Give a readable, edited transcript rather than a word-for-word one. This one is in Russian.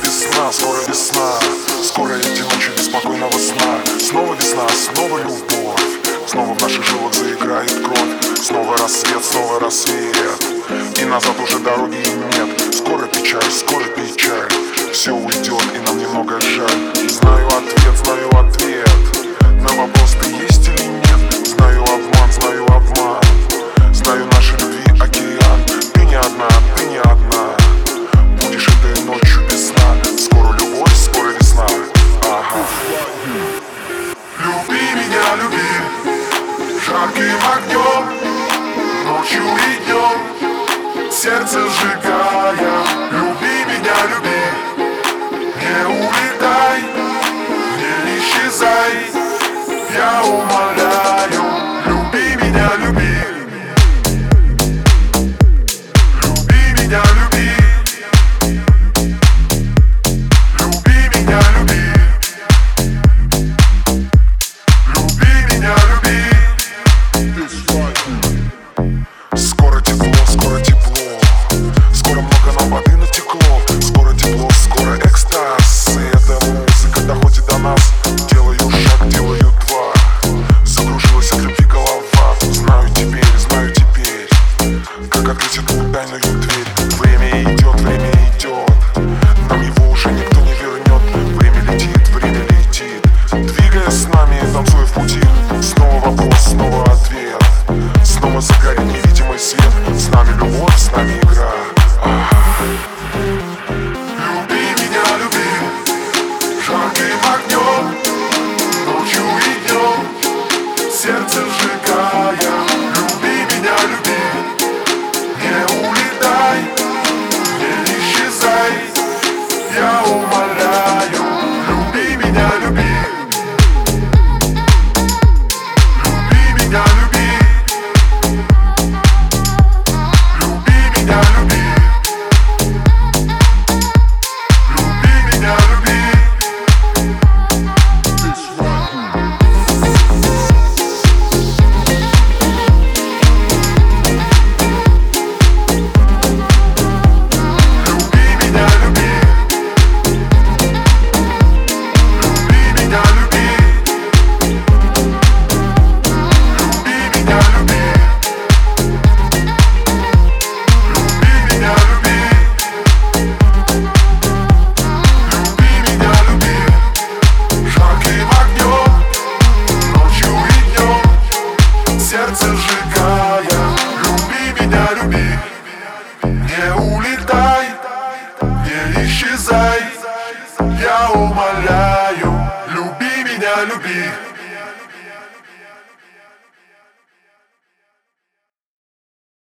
весна, скоро весна. Скоро эти ночи беспокойного сна. Снова весна, снова любовь. Снова в наших жилах заиграет кровь. Снова рассвет. И назад уже дороги нет. Скоро печаль, все уйдет, и нам немного жаль. Знаю ответ на вопрос, ты есть или нет. Знаю обман. Знаю нашей любви океан. Ты не одна. Будешь этой ночью весна. Скоро любовь, скоро весна. Ага. Люби меня, люби жарким огнем, ночью и днем, сердце сжигая. Люби меня, люби, не улетай, не исчезай, я умоляю. Люби меня, люби, люби меня, люби, люби меня, люби, люби меня, люби. Скоро тепло, скоро много нам воды натекло. Скоро тепло, скоро экстаз. И эта музыка доходит до нас. Делаю шаг, делаю два. Закружилась от любви голова. Знаю теперь, как открыть эту тайную дверь. Время идет, нам его уже никто не вернет. Время летит, двигаясь с нами, танцуя в пути. Снова вопрос, снова ответ. Снова загорит невидимый свет. С нами любовь, с нами игра. Люби меня, люби жарким огнем, ночью и днем, сердце сжигая. Люби меня, люби, не улетай, не исчезай, я умоляю. Люби меня, люби, люби меня, люби, люби меня, люби, люби меня, люби. Сердце сжигая, люби меня, люби, не улетай, не исчезай, я умоляю. Люби меня, люби.